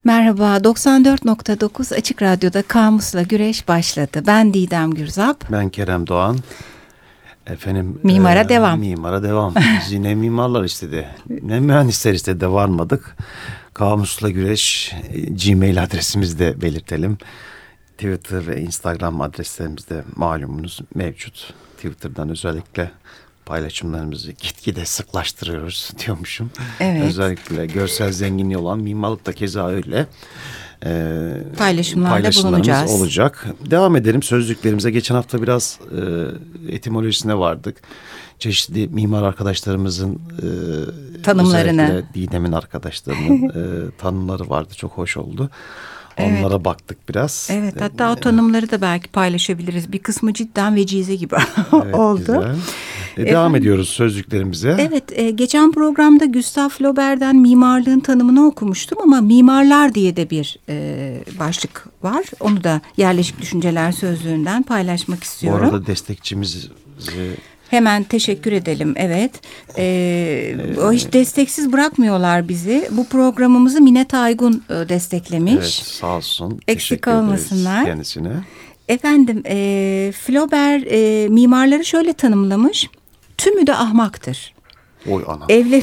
Merhaba, 94.9 Açık Radyo'da Kamus'la Güreş başladı. Ben Didem Gürzap. Ben Kerem Doğan. Efendim, Mimara devam. Mimara devam. Biz yine mimarlar istedi. Ne mühendisler istedi de varmadık. Kamus'la Güreş Gmail adresimizi de belirtelim. Twitter ve Instagram adreslerimiz de malumunuz mevcut. Twitter'dan özellikle paylaşımlarımızı gitgide sıklaştırıyoruz diyormuşum. Evet. Özellikle görsel zenginliği olan mimarlık da keza öyle. Paylaşımlarda bulunacağız. Olacak. Devam edelim sözlüklerimize. Geçen hafta biraz etimolojisine vardık. Çeşitli mimar arkadaşlarımızın tanımlarını. Özellikle Didem'in arkadaşlarının tanımları vardı. Çok hoş oldu. Onlara evet. Baktık biraz. Evet, hatta o tanımları da belki paylaşabiliriz. Bir kısmı cidden vecize gibi evet, oldu. Güzel. Devam ediyoruz sözlüklerimize. Evet, geçen programda Gustave Flaubert'den mimarlığın tanımını okumuştum ama mimarlar diye de bir başlık var. Onu da yerleşik düşünceler sözlüğünden paylaşmak istiyorum. Bu arada destekçimiz... Hemen teşekkür edelim. Evet. O hiç desteksiz bırakmıyorlar bizi. Bu programımızı Mine Aygun desteklemiş. Evet, sağ olsun. Eksik olmasınlar. Kendisine. Efendim, Flaubert mimarları şöyle tanımlamış. Tümü de ahmaktır. Oy ana.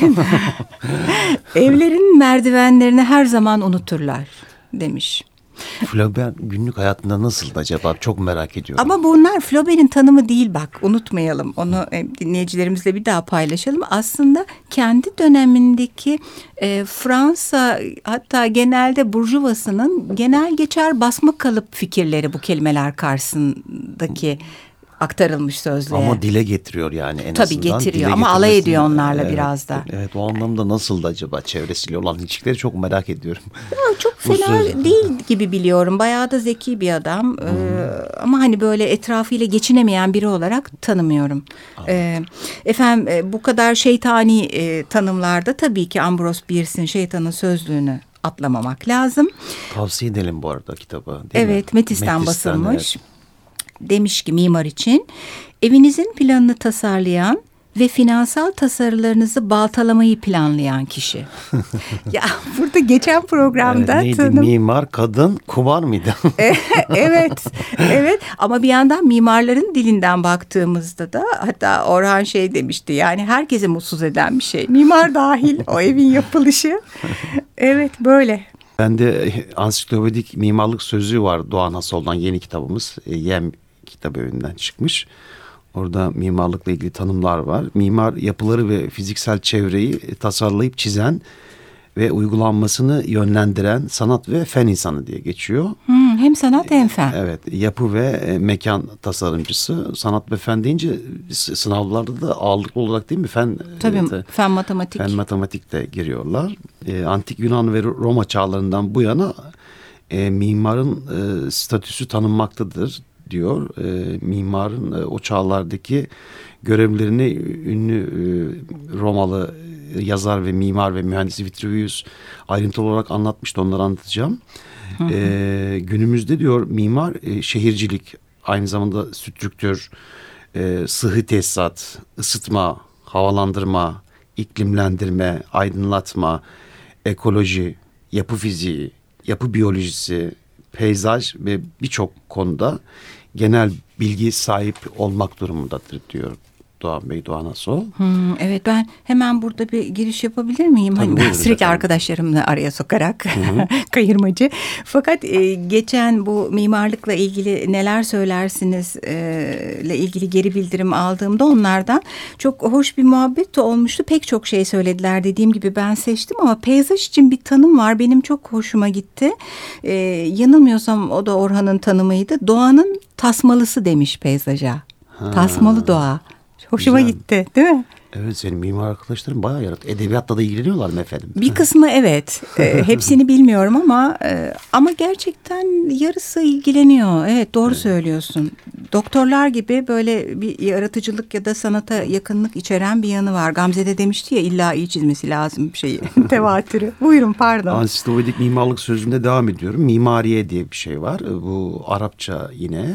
Evlerin merdivenlerini her zaman unuturlar demiş. Flaubert günlük hayatında nasıldı acaba? Çok merak ediyorum. Ama bunlar Flaubert'in tanımı değil, bak unutmayalım. Onu dinleyicilerimizle bir daha paylaşalım. Aslında kendi dönemindeki Fransa, hatta genelde burjuvasının genel geçer basma kalıp fikirleri bu kelimeler karşısındaki aktarılmış sözlüğe. Ama dile getiriyor yani en Tabii azından. Tabii getiriyor ama alay ediyor onlarla evet, biraz da. Evet, o anlamda nasıldı acaba çevresiyle olan ilişkileri çok merak ediyorum. Ya, çok fena değil gibi biliyorum. Bayağı da zeki bir adam. Ama hani böyle etrafıyla geçinemeyen biri olarak tanımıyorum. Efendim bu kadar şeytani tanımlarda tabii ki Ambrose Bierce'in Şeytanın Sözlüğünü atlamamak lazım. Tavsiye edelim bu arada kitabı. Değil evet, mi? Metis'ten basılmış. Evet. Demiş ki mimar için evinizin planını tasarlayan ve finansal tasarılarınızı baltalamayı planlayan kişi. Ya burada geçen programda neydi? Mimar, kadın, kumar mıydı? evet. Ama bir yandan mimarların dilinden baktığımızda da hatta Orhan şey demişti. Yani herkese mutsuz eden bir şey. Mimar dahil o evin yapılışı. Evet, böyle. Bende ansiklopedik mimarlık sözlüğü var Doğan Hasol'dan yeni kitabımız. Yem kitabı önünden çıkmış. Orada mimarlıkla ilgili tanımlar var. Mimar yapıları ve fiziksel çevreyi tasarlayıp çizen ve uygulanmasını yönlendiren sanat ve fen insanı diye geçiyor. Hem sanat hem fen. Evet, yapı ve mekan tasarımcısı. Sanat ve fen deyince sınavlarda da ağırlıklı olarak değil mi? Tabii fen matematik. Fen matematik de giriyorlar. Antik Yunan ve Roma çağlarından bu yana mimarın statüsü tanınmaktadır diyor. Mimarın o çağlardaki görevlerini ünlü Romalı yazar ve mimar ve mühendis Vitruvius ayrıntılı olarak anlatmıştı. Onları anlatacağım. Günümüzde diyor mimar şehircilik, aynı zamanda strüktür, sıhhi tesisat, ısıtma, havalandırma, iklimlendirme, aydınlatma, ekoloji, yapı fiziği, yapı biyolojisi, peyzaj ve birçok konuda genel bilgi sahip olmak durumundadır diyor Doğan Bey, Doğan Asol. Evet, ben hemen burada bir giriş yapabilir miyim? Tabii, hani ben sürekli efendim arkadaşlarımla araya sokarak kayırmacı. Fakat geçen bu mimarlıkla ilgili neler söylersiniz ile ilgili geri bildirim aldığımda onlardan çok hoş bir muhabbet de olmuştu. Pek çok şey söylediler, dediğim gibi ben seçtim ama peyzaj için bir tanım var. Benim çok hoşuma gitti. Yanılmıyorsam o da Orhan'ın tanımıydı. Doğanın tasmalısı demiş peyzaja. Tasmalı doğa. Hoşuma güzel gitti, değil mi? Evet, senin mimar arkadaşların bayağı yarattı. Edebiyatla da ilgileniyorlar mı efendim? Bir kısmı evet. Hepsini bilmiyorum ama gerçekten yarısı ilgileniyor. Evet, doğru söylüyorsun. Doktorlar gibi böyle bir yaratıcılık ya da sanata yakınlık içeren bir yanı var. Gamze de demişti ya, illa iyi çizmesi lazım bir şeyi. Tevatürü. Buyurun, pardon. Ansiklopedik mimarlık sözünde devam ediyorum. Mimariye diye bir şey var. Bu Arapça yine.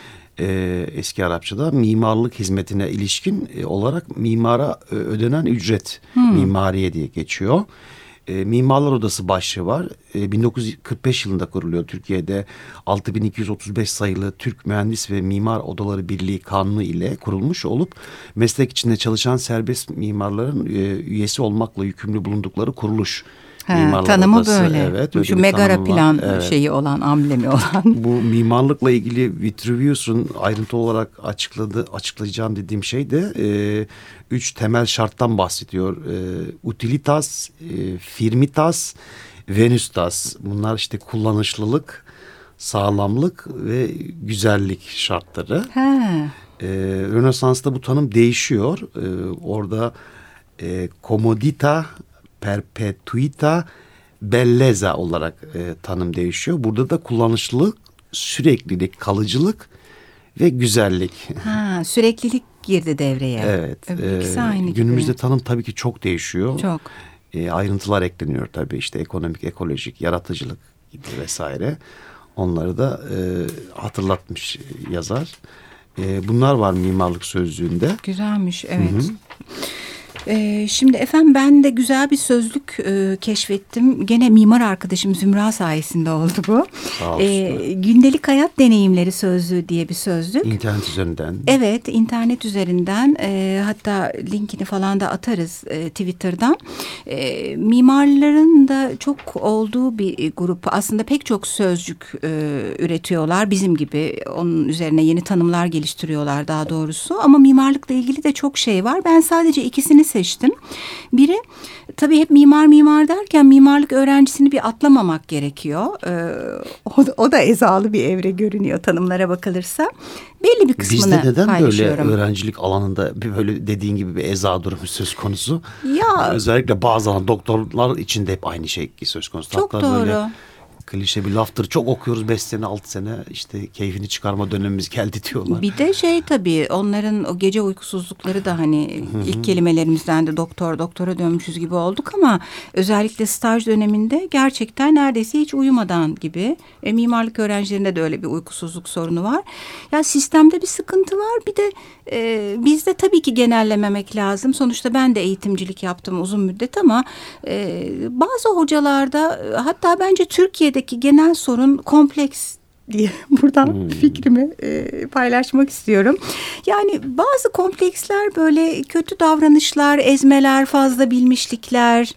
Eski Arapçada mimarlık hizmetine ilişkin olarak mimara ödenen ücret mimariye diye geçiyor. Mimarlar Odası başlığı var. 1945 yılında kuruluyor Türkiye'de. 6235 sayılı Türk Mühendis ve Mimar Odaları Birliği Kanunu ile kurulmuş olup meslek içinde çalışan serbest mimarların üyesi olmakla yükümlü bulundukları kuruluş. Tanımı Odası. böyle. Evet, şu Megara plan şeyi olan, amblemi olan. Bu mimarlıkla ilgili Vitruvius'un ayrıntı olarak açıklayacağım dediğim şey de 3 temel şarttan bahsediyor. Utilitas, firmitas, venustas. Bunlar işte kullanışlılık, sağlamlık ve güzellik şartları. Rönesans'ta bu tanım değişiyor. Orada comodita, perpetuita, bellezza olarak tanım değişiyor. Burada da kullanışlılık, süreklilik, kalıcılık ve güzellik. Süreklilik girdi devreye. Evet. İkisi aynı günümüzde gibi. tanım tabii ki çok değişiyor. Çok. Ayrıntılar ekleniyor tabii, işte ekonomik, ekolojik, yaratıcılık gibi vesaire. Onları da hatırlatmış yazar. Bunlar var mimarlık sözlüğünde. Güzelmiş, evet. Hı-hı. Şimdi efendim ben de güzel bir sözlük keşfettim. Gene mimar arkadaşım Zümra sayesinde oldu bu. Gündelik hayat deneyimleri sözlüğü diye bir sözlük. İnternet üzerinden. Evet, internet üzerinden. Hatta linkini falan da atarız Twitter'dan. Mimarların da çok olduğu bir grup. Aslında pek çok sözcük üretiyorlar. Bizim gibi onun üzerine yeni tanımlar geliştiriyorlar daha doğrusu. Ama mimarlıkla ilgili de çok şey var. Ben sadece ikisini seçtim. Biri, tabii hep mimar derken mimarlık öğrencisini bir atlamamak gerekiyor. O da ezalı bir evre görünüyor tanımlara bakılırsa. Belli bir kısmını bizde neden paylaşıyorum. böyle öğrencilik alanında bir böyle dediğin gibi bir eza durumu söz konusu? Ya, özellikle bazı doktorlar için de hep aynı şey söz konusu. Çok hatta doğru. Böyle klişe bir laftır. Çok okuyoruz 5 sene 6 sene işte keyfini çıkarma dönemimiz geldi diyorlar. Bir de tabii onların o gece uykusuzlukları da hani ilk kelimelerimizden de doktora dönmüşüz gibi olduk ama özellikle staj döneminde gerçekten neredeyse hiç uyumadan gibi. Mimarlık öğrencilerinde de öyle bir uykusuzluk sorunu var. Ya sistemde bir sıkıntı var. Bir de bizde tabii ki genellememek lazım. Sonuçta ben de eğitimcilik yaptım uzun müddet ama bazı hocalarda, hatta bence Türkiye'deki genel sorun kompleks diye buradan fikrimi paylaşmak istiyorum. Yani bazı kompleksler, böyle kötü davranışlar, ezmeler, fazla bilmişlikler,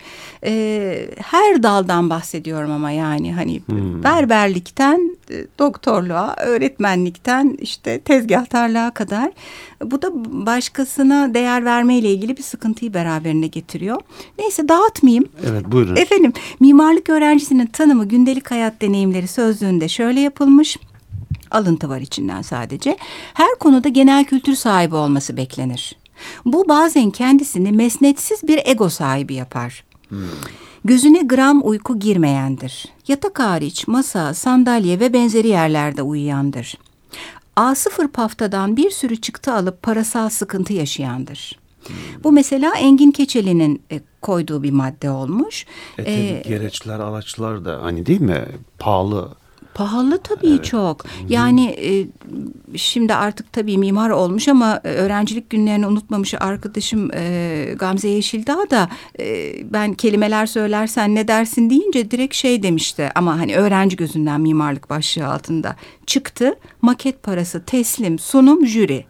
her daldan bahsediyorum ama yani hani berberlikten doktorluğa, öğretmenlikten işte tezgahtarlığa kadar, bu da başkasına değer vermeyle ilgili bir sıkıntıyı beraberine getiriyor. Neyse, dağıtmayayım. Evet, buyurun. Efendim, mimarlık öğrencisinin tanımı gündelik hayat deneyimleri sözlüğünde şöyle yapılmış. Alıntı var içinden sadece. Her konuda genel kültür sahibi olması beklenir. Bu bazen kendisini mesnetsiz bir ego sahibi yapar. Gözüne gram uyku girmeyendir. Yatak hariç masa, sandalye ve benzeri yerlerde uyuyandır. A0 paftadan bir sürü çıktı alıp parasal sıkıntı yaşayandır. Bu mesela Engin Keçeli'nin koyduğu bir madde olmuş. Tabii gereçler, araçlar da hani değil mi? Pahalı. Pahalı tabii, çok. Yani şimdi artık tabii mimar olmuş ama öğrencilik günlerini unutmamış arkadaşım Gamze Yeşildağ da ben kelimeler söylersen ne dersin deyince direkt demişti. Ama hani öğrenci gözünden mimarlık başlığı altında çıktı. Maket parası, teslim, sunum, jüri.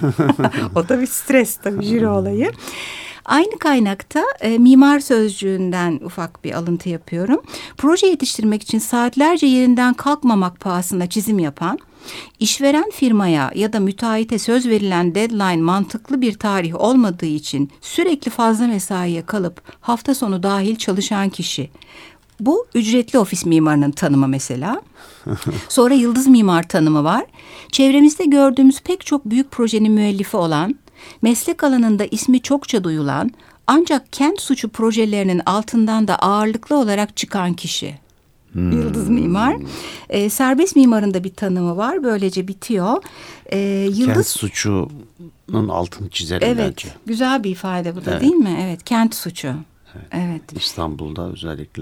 O da bir stres tabii, jüri olayı. Aynı kaynakta mimar sözcüğünden ufak bir alıntı yapıyorum. Proje yetiştirmek için saatlerce yerinden kalkmamak pahasına çizim yapan, işveren firmaya ya da müteahhite söz verilen deadline mantıklı bir tarih olmadığı için sürekli fazla mesaiye kalıp hafta sonu dahil çalışan kişi. Bu ücretli ofis mimarının tanımı mesela. Sonra yıldız mimar tanımı var. Çevremizde gördüğümüz pek çok büyük projenin müellifi olan, meslek alanında ismi çokça duyulan ancak kent suçu projelerinin altından da ağırlıklı olarak çıkan kişi. Yıldız mimar. Serbest mimarın da bir tanımı var. Böylece bitiyor. Kent suçunun altını çizelim evet, bence. Evet. Güzel bir ifade bu da, değil mi? Evet. Kent suçu. Evet. İstanbul'da özellikle.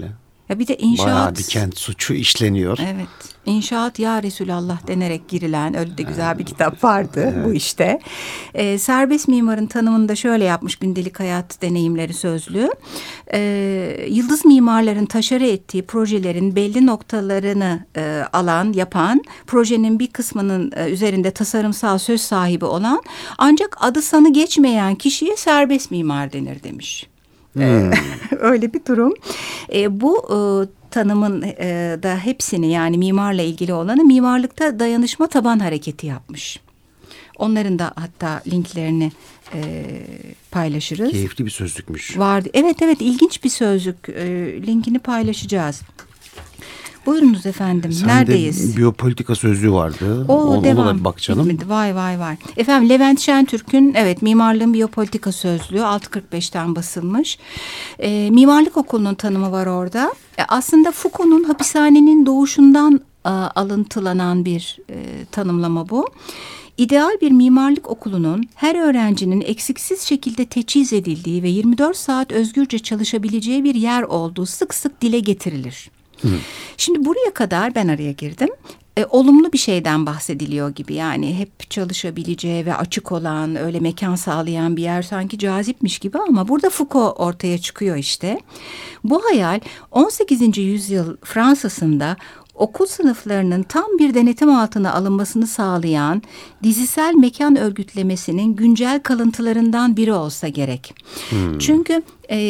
Ya bir de inşaat. Bayağı bir kent suçu işleniyor. Evet. İnşaat ya Resulallah denerek girilen öyle de güzel bir kitap vardı bu işte. Serbest mimarın tanımını da şöyle yapmış Gündelik Hayat Deneyimleri Sözlüğü. Yıldız mimarların taşera ettiği projelerin belli noktalarını yapan, projenin bir kısmının üzerinde tasarımsal söz sahibi olan ancak adı sanı geçmeyen kişiye serbest mimar denir demiş. Öyle bir durum. Bu tanımın da hepsini, yani mimarla ilgili olanı, mimarlıkta dayanışma taban hareketi yapmış. Onların da hatta linklerini paylaşırız. Keyifli bir sözlükmüş. Vardı. Evet, ilginç bir sözlük. Linkini paylaşacağız. Buyurunuz efendim. Neredeyiz? Sende biyopolitika sözlüğü vardı. Ona da bir bak canım. Gitmedi. Var. Efendim Levent Şentürk'ün mimarlığın biyopolitika sözlüğü 6.45'ten basılmış. Mimarlık okulunun tanımı var orada. Aslında Foucault'un Hapishanenin Doğuşundan alıntılanan bir tanımlama bu. İdeal bir mimarlık okulunun her öğrencinin eksiksiz şekilde teçhiz edildiği ve 24 saat özgürce çalışabileceği bir yer olduğu sık sık dile getirilir. Şimdi buraya kadar ben araya girdim. Olumlu bir şeyden bahsediliyor gibi, yani hep çalışabileceği ve açık olan, öyle mekan sağlayan bir yer sanki cazipmiş gibi, ama burada Foucault ortaya çıkıyor işte. Bu hayal 18. yüzyıl Fransa'sında okul sınıflarının tam bir denetim altına alınmasını sağlayan dizisel mekan örgütlemesinin güncel kalıntılarından biri olsa gerek. Çünkü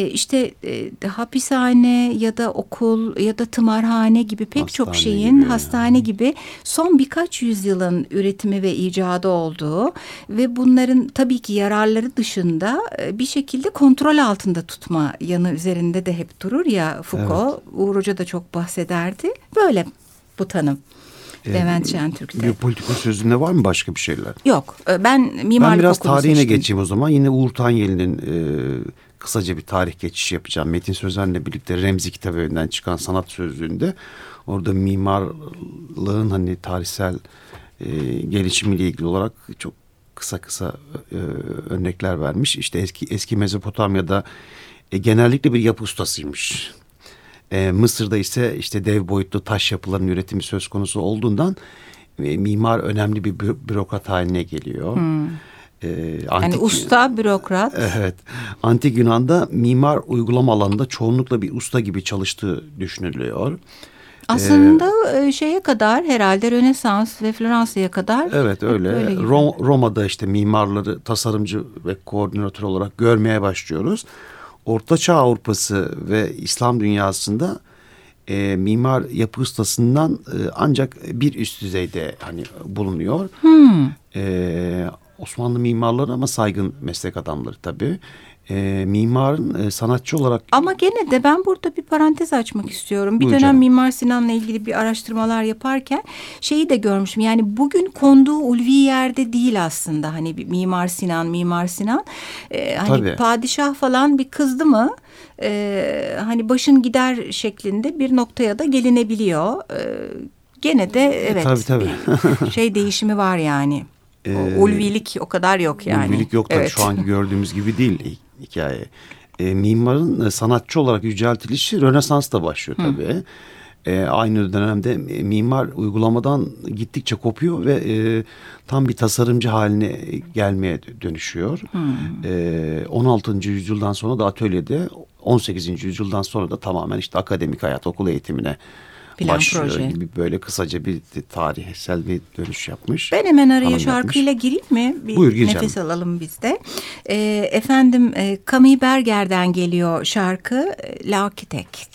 hapishane ya da okul ya da tımarhane gibi pek çok şeyin, hastane gibi son birkaç yüzyılın üretimi ve icadı olduğu ve bunların tabii ki yararları dışında bir şekilde kontrol altında tutma yanı üzerinde de hep durur ya Foucault. Evet. Uğur Hoca da çok bahsederdi. Böyle bu tanım. Levent Şentürk'te. Biyopolitika sözünde var mı başka bir şeyler? Yok. Ben mimarlık biraz okulu tarihine seçtim. geçeyim o zaman. Yine Uğur Tanyeli'nin kısaca bir tarih geçişi yapacağım. Metin Sözen'le birlikte Remzi Kitabevi'nden çıkan sanat sözlüğünde orada mimarlığın tarihsel gelişimiyle ilgili olarak çok kısa örnekler vermiş. İşte eski Mezopotamya'da genellikle bir yapı ustasıymış. Mısır'da ise dev boyutlu taş yapıların üretimi söz konusu olduğundan mimar önemli bir bürokrat haline geliyor. Usta, bürokrat. Evet. Antik Yunan'da mimar uygulama alanında çoğunlukla bir usta gibi çalıştığı düşünülüyor. Aslında şeye kadar, herhalde Rönesans ve Floransa'ya kadar. Evet, öyle. Roma'da mimarları tasarımcı ve koordinatör olarak görmeye başlıyoruz. Ortaçağ Avrupası ve İslam dünyasında mimar yapı ustasından ancak bir üst düzeyde bulunuyor. Osmanlı mimarları ama saygın meslek adamları tabii. Mimarın sanatçı olarak... Ama gene de ben burada bir parantez açmak istiyorum. Bir Buyur dönem canım. Mimar Sinan'la ilgili bir araştırmalar yaparken şeyi de görmüşüm. Yani bugün konduğu ulvi yerde değil aslında. Bir Mimar Sinan. Padişah falan bir kızdı mı? Başın gider şeklinde bir noktaya da gelinebiliyor. Gene de evet. Tabii. Bir değişimi var yani. O ulvilik o kadar yok yani. Ulvilik yok tabii, evet. Şu anki gördüğümüz gibi değil hikaye. Mimarın sanatçı olarak yüceltilişi Rönesans'ta başlıyor tabii. Aynı dönemde mimar uygulamadan gittikçe kopuyor ve tam bir tasarımcı haline gelmeye dönüşüyor. 16. yüzyıldan sonra da atölyede, 18. yüzyıldan sonra da tamamen akademik hayat, okul eğitimine başlıyor gibi, böyle kısaca bir tarihsel bir dönüş yapmış. Ben hemen araya şarkıyla gireyim mi? Buyur, gir nefes canım. Alalım biz de. Efendim Camille Berger'den geliyor şarkı L'Architecte.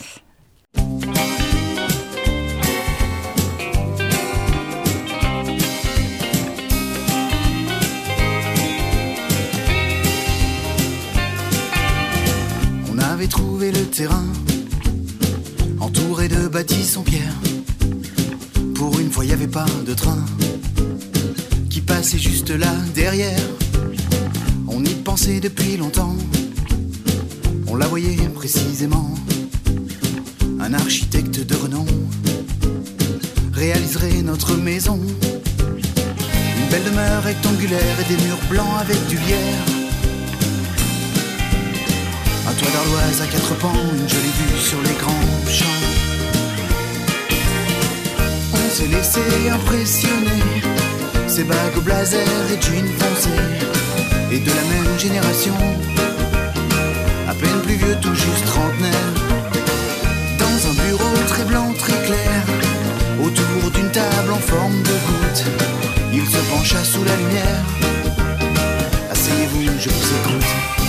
On avait trouvé le terrain entouré de bâtisses en pierre. Pour une fois, il n'y avait pas de train qui passait juste là derrière. On y pensait depuis longtemps, on la voyait précisément. Un architecte de renom réaliserait notre maison. Une belle demeure rectangulaire et des murs blancs avec du lierre. Un Un toit d'ardoise à 4 pans, une jolie vue sur les grands champs. On s'est laissé impressionner, ces bagues au blazer et jeans foncés, et de la même génération, à peine plus vieux, tout juste trentenaire. Dans un bureau très blanc, très clair, autour d'une table en forme de goutte, il se pencha sous la lumière. Asseyez-vous, je vous écoute.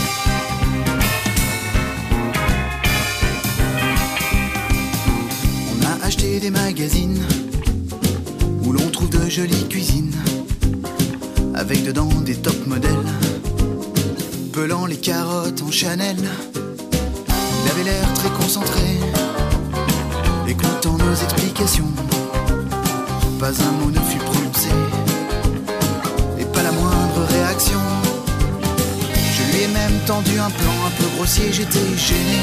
On a acheté des magazines où l'on trouve de jolies cuisines, avec dedans des top modèles, pelant les carottes en Chanel. Il avait l'air très concentré, écoutant nos explications. Pas un mot ne fut prononcé, et pas la moindre réaction. Je lui ai même tendu un plan un peu grossier, j'étais gêné.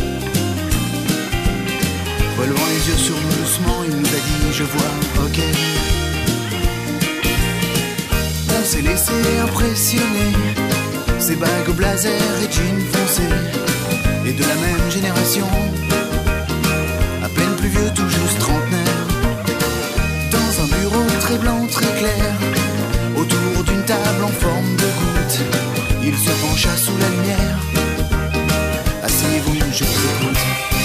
Relevant les yeux sur nous doucement, il nous a dit je vois, ok. On s'est laissé impressionner, ces bagues au blazer et jeans foncés, et de la même génération, à peine plus vieux, tout juste trentenaire. Dans un bureau très blanc, très clair, autour d'une table en forme de goutte, il se pencha sous la lumière. Asseyez-vous, je vous écoute.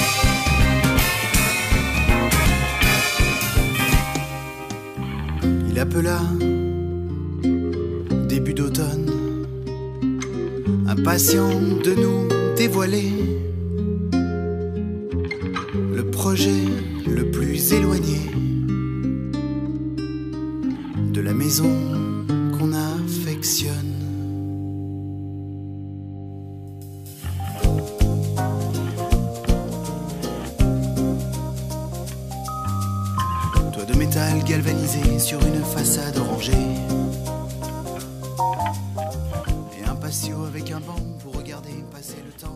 Il appela début d'automne, impatient de nous dévoiler le projet le plus éloigné de la maison qu'on affectionne. Toit de métal galvanisé sur une façade orangée, et un patio avec un banc pour regarder passer le temps.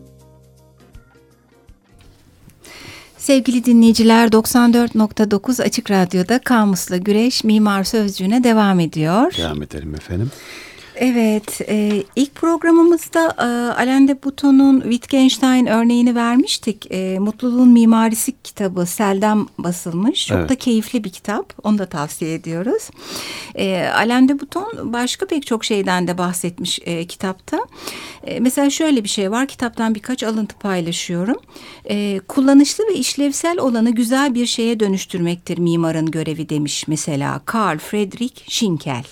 Sevgili dinleyiciler, 94.9 Açık Radyo'da Kamus'la Güreş Mimar Sözcüğü'ne devam ediyor. Devam edelim efendim. Evet, ilk programımızda Alain de Botton'un Wittgenstein örneğini vermiştik. Mutluluğun Mimarisi kitabı Sel'den basılmış. Çok da keyifli bir kitap. Onu da tavsiye ediyoruz. Alain de Botton başka pek çok şeyden de bahsetmiş kitapta. Mesela şöyle bir şey var. Kitaptan birkaç alıntı paylaşıyorum. Kullanışlı ve işlevsel olanı güzel bir şeye dönüştürmektir mimarın görevi demiş mesela Karl Friedrich Schinkel.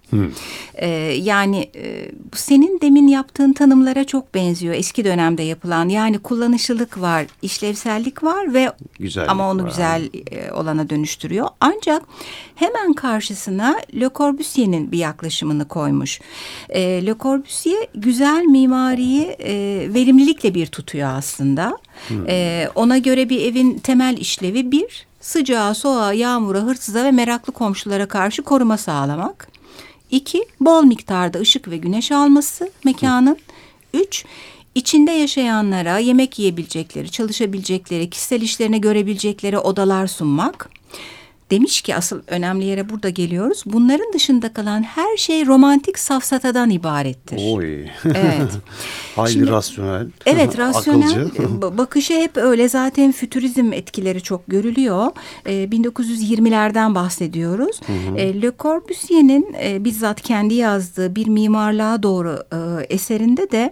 Yani bu senin demin yaptığın tanımlara çok benziyor. Eski dönemde yapılan, yani kullanışlılık var, işlevsellik var ve güzellik ama onu var, güzel olana dönüştürüyor. Ancak hemen karşısına Le Corbusier'in bir yaklaşımını koymuş. Le Corbusier güzel mimariyi verimlilikle bir tutuyor aslında. Ona göre bir evin temel işlevi bir, sıcağa, soğuğa, yağmura, hırsıza ve meraklı komşulara karşı koruma sağlamak. 2. Bol miktarda ışık ve güneş alması mekanın. 3. İçinde yaşayanlara yemek yiyebilecekleri, çalışabilecekleri, kişisel işlerini görebilecekleri odalar sunmak. Demiş ki asıl önemli yere burada geliyoruz. Bunların dışında kalan her şey romantik safsatadan ibarettir. Oy. Evet. Hayli rasyonel. Evet, rasyonel bakışı hep öyle. Zaten fütürizm etkileri çok görülüyor. 1920'lerden bahsediyoruz. Le Corbusier'in bizzat kendi yazdığı Bir Mimarlığa Doğru eserinde de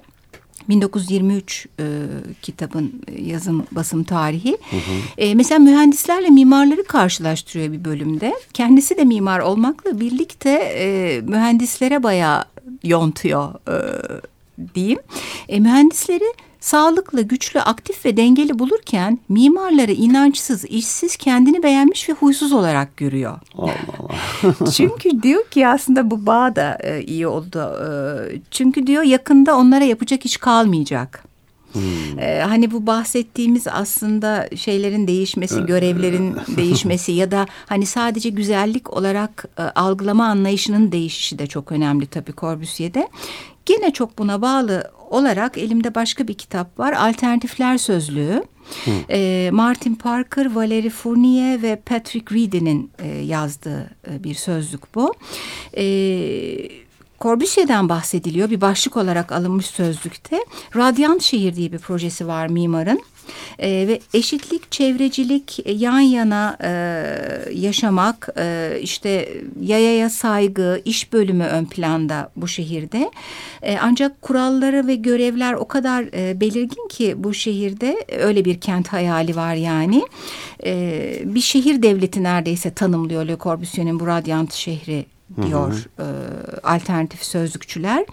1923 kitabın yazım basım tarihi. Mesela mühendislerle mimarları karşılaştırıyor bir bölümde. Kendisi de mimar olmakla birlikte mühendislere bayağı yontuyor diyeyim. Mühendisleri sağlıklı, güçlü, aktif ve dengeli bulurken mimarları inançsız, işsiz, kendini beğenmiş ve huysuz olarak görüyor. Allah Allah. Çünkü diyor ki aslında bu bağ da iyi oldu. Çünkü diyor yakında onlara yapacak iş kalmayacak. Hani bu bahsettiğimiz aslında şeylerin değişmesi, görevlerin değişmesi ya da hani sadece güzellik olarak algılama anlayışının değişişi de çok önemli tabii Corbusier'de. Gene çok buna bağlı olarak elimde başka bir kitap var. Alternatifler Sözlüğü. Martin Parker, Valerie Fournier ve Patrick Reed'in yazdığı bir sözlük bu. Corbusier'den bahsediliyor. Bir başlık olarak alınmış sözlükte. Radyant Şehir diye bir projesi var mimarın. Ve eşitlik, çevrecilik, yan yana yaşamak, işte yayaya saygı, iş bölümü ön planda bu şehirde. Ancak kuralları ve görevler o kadar belirgin ki bu şehirde öyle bir kent hayali var yani. Bir şehir devleti neredeyse tanımlıyor Le Corbusier'in bu Radyant şehri diyor alternatif sözlükçüler.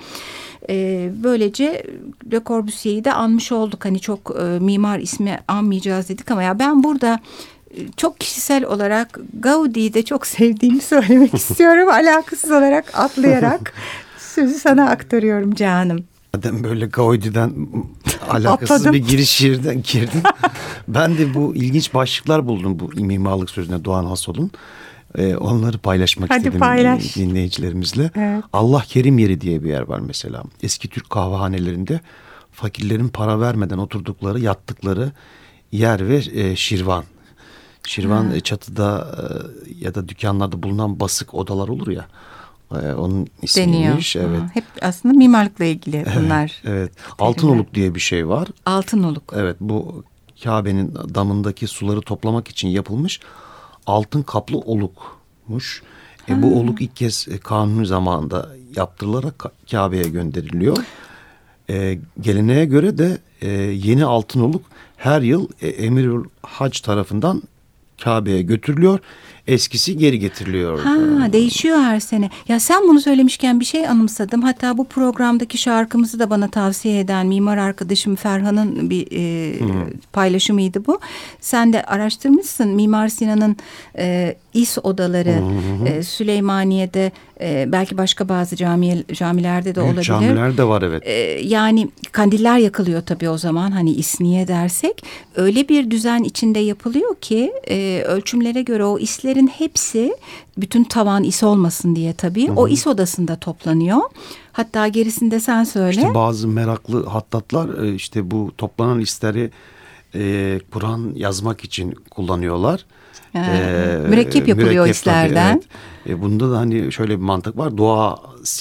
Böylece Le Corbusier'i de anmış olduk. Hani çok mimar ismi anmayacağız dedik ama ya ben burada çok kişisel olarak Gaudi'yi de çok sevdiğimi söylemek istiyorum. Alakasız olarak atlayarak sözü sana aktarıyorum canım. Madem böyle Gaudi'den alakasız Atladım. bir girişirden girdin. Ben de bu ilginç başlıklar buldum bu mimarlık sözüne Doğan Hasol'un. Onları paylaşmak Hadi istedim paylaş. dinleyicilerimizle. Evet. Allah Kerim Yeri diye bir yer var mesela. Eski Türk kahvehanelerinde fakirlerin para vermeden oturdukları, yattıkları yer ve şirvan. Şirvan çatıda ya da dükkanlarda bulunan basık odalar olur ya. Onun ismiymiş. Deniyor. Evet. Hep aslında mimarlıkla ilgili bunlar. Evet. Altınoluk diye bir şey var. Altınoluk. Evet, bu Kabe'nin damındaki suları toplamak için yapılmış altın kaplı olukmuş. Bu oluk ilk kez Kanuni zamanında yaptırılarak Kabe'ye gönderiliyor. Geleneğe göre de yeni altın oluk her yıl Emirül Hac tarafından Kabe'ye götürülüyor. Eskisi geri getiriliyor. Değişiyor her sene. Ya sen bunu söylemişken bir şey anımsadım. Hatta bu programdaki şarkımızı da bana tavsiye eden mimar arkadaşım Ferhan'ın bir paylaşımıydı bu. Sen de araştırmışsın. Mimar Sinan'ın İS odaları Süleymaniye'de belki başka bazı camilerde de olabilir. Camilerde var evet. Yani kandiller yakılıyor tabii o zaman hani İSNİ'ye dersek. Öyle bir düzen içinde yapılıyor ki ölçümlere göre o islerin hepsi bütün tavan is olmasın diye tabii o is odasında toplanıyor. Hatta gerisinde sen söyle. İşte bazı meraklı hattatlar işte bu toplanan isleri Kur'an yazmak için kullanıyorlar. Mürekkep yapılıyor islerden. Evet. Bunda da hani şöyle bir mantık var. Dua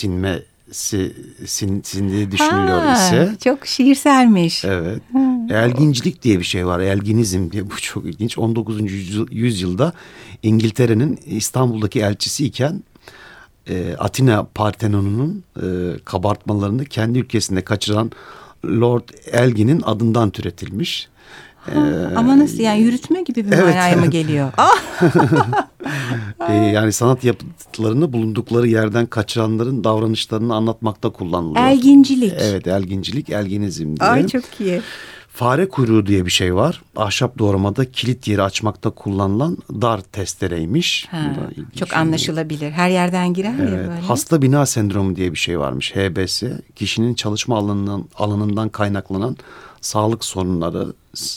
sindiği düşünülüyor ise. Çok şiirselmiş. Evet. Elgincilik diye bir şey var. Elginizm diye, bu çok ilginç. 19. yüzyılda İngiltere'nin İstanbul'daki elçisi iken Atina Partenon'un kabartmalarını kendi ülkesinde kaçıran Lord Elgin'in adından türetilmiş. Ama nasıl yani yürütme gibi bir manaya mı geliyor? Yani sanat yapıtlarını bulundukları yerden kaçıranların davranışlarını anlatmakta kullanılıyor. Elgincilik. Evet, elgincilik, elginizm diye. Ay çok iyi. Fare kuyruğu diye bir şey var. Ahşap doğramada kilit yeri açmakta kullanılan dar testereymiş. Çok anlaşılabilir. Her yerden girer ya böyle. Hasta bina sendromu diye bir şey varmış. HBS, kişinin çalışma alanından kaynaklanan sağlık sorunları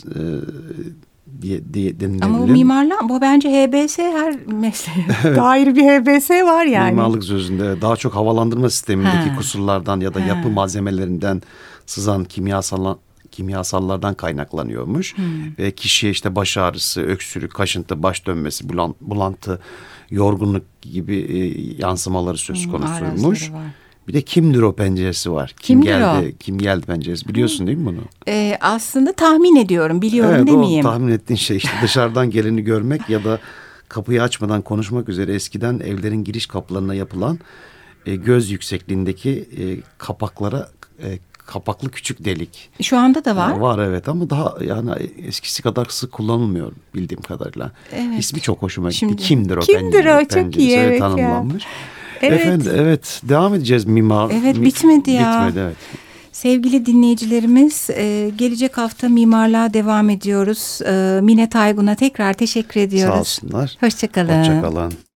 diye denilebilir. Ama bu mimarlar, bu bence HBS her mesleğe dair bir HBS var yani. Mimarlık sözünde daha çok havalandırma sistemindeki kusurlardan ya da yapı malzemelerinden sızan kimyasallardan kaynaklanıyormuş. Ve kişiye işte baş ağrısı, öksürük, kaşıntı, baş dönmesi, bulantı, yorgunluk gibi yansımaları söz konusuymuş. Bir de kimdir o penceresi var. Kim geldi penceresi. Biliyorsun değil mi bunu? Aslında tahmin ediyorum. Biliyorum demeyeyim. O tahmin ettiğin şey işte dışarıdan geleni görmek ya da kapıyı açmadan konuşmak üzere eskiden evlerin giriş kapılarına yapılan göz yüksekliğindeki kapaklı küçük delik. Şu anda da var. Var evet, ama daha yani eskisi kadar sık kullanılmıyor bildiğim kadarıyla. Evet. İsmi çok hoşuma gitti. Şimdi, kimdir o penceresi? Çok iyi, evet tanımlanmış. Evet. Efendim, evet, devam edeceğiz mimar. Evet, bitmedi ya. Bitmedi, evet. Sevgili dinleyicilerimiz, gelecek hafta mimarlığa devam ediyoruz. Mine Taygun'a tekrar teşekkür ediyoruz. Sağ olsunlar. Hoşça kalın. Hoşça kalın.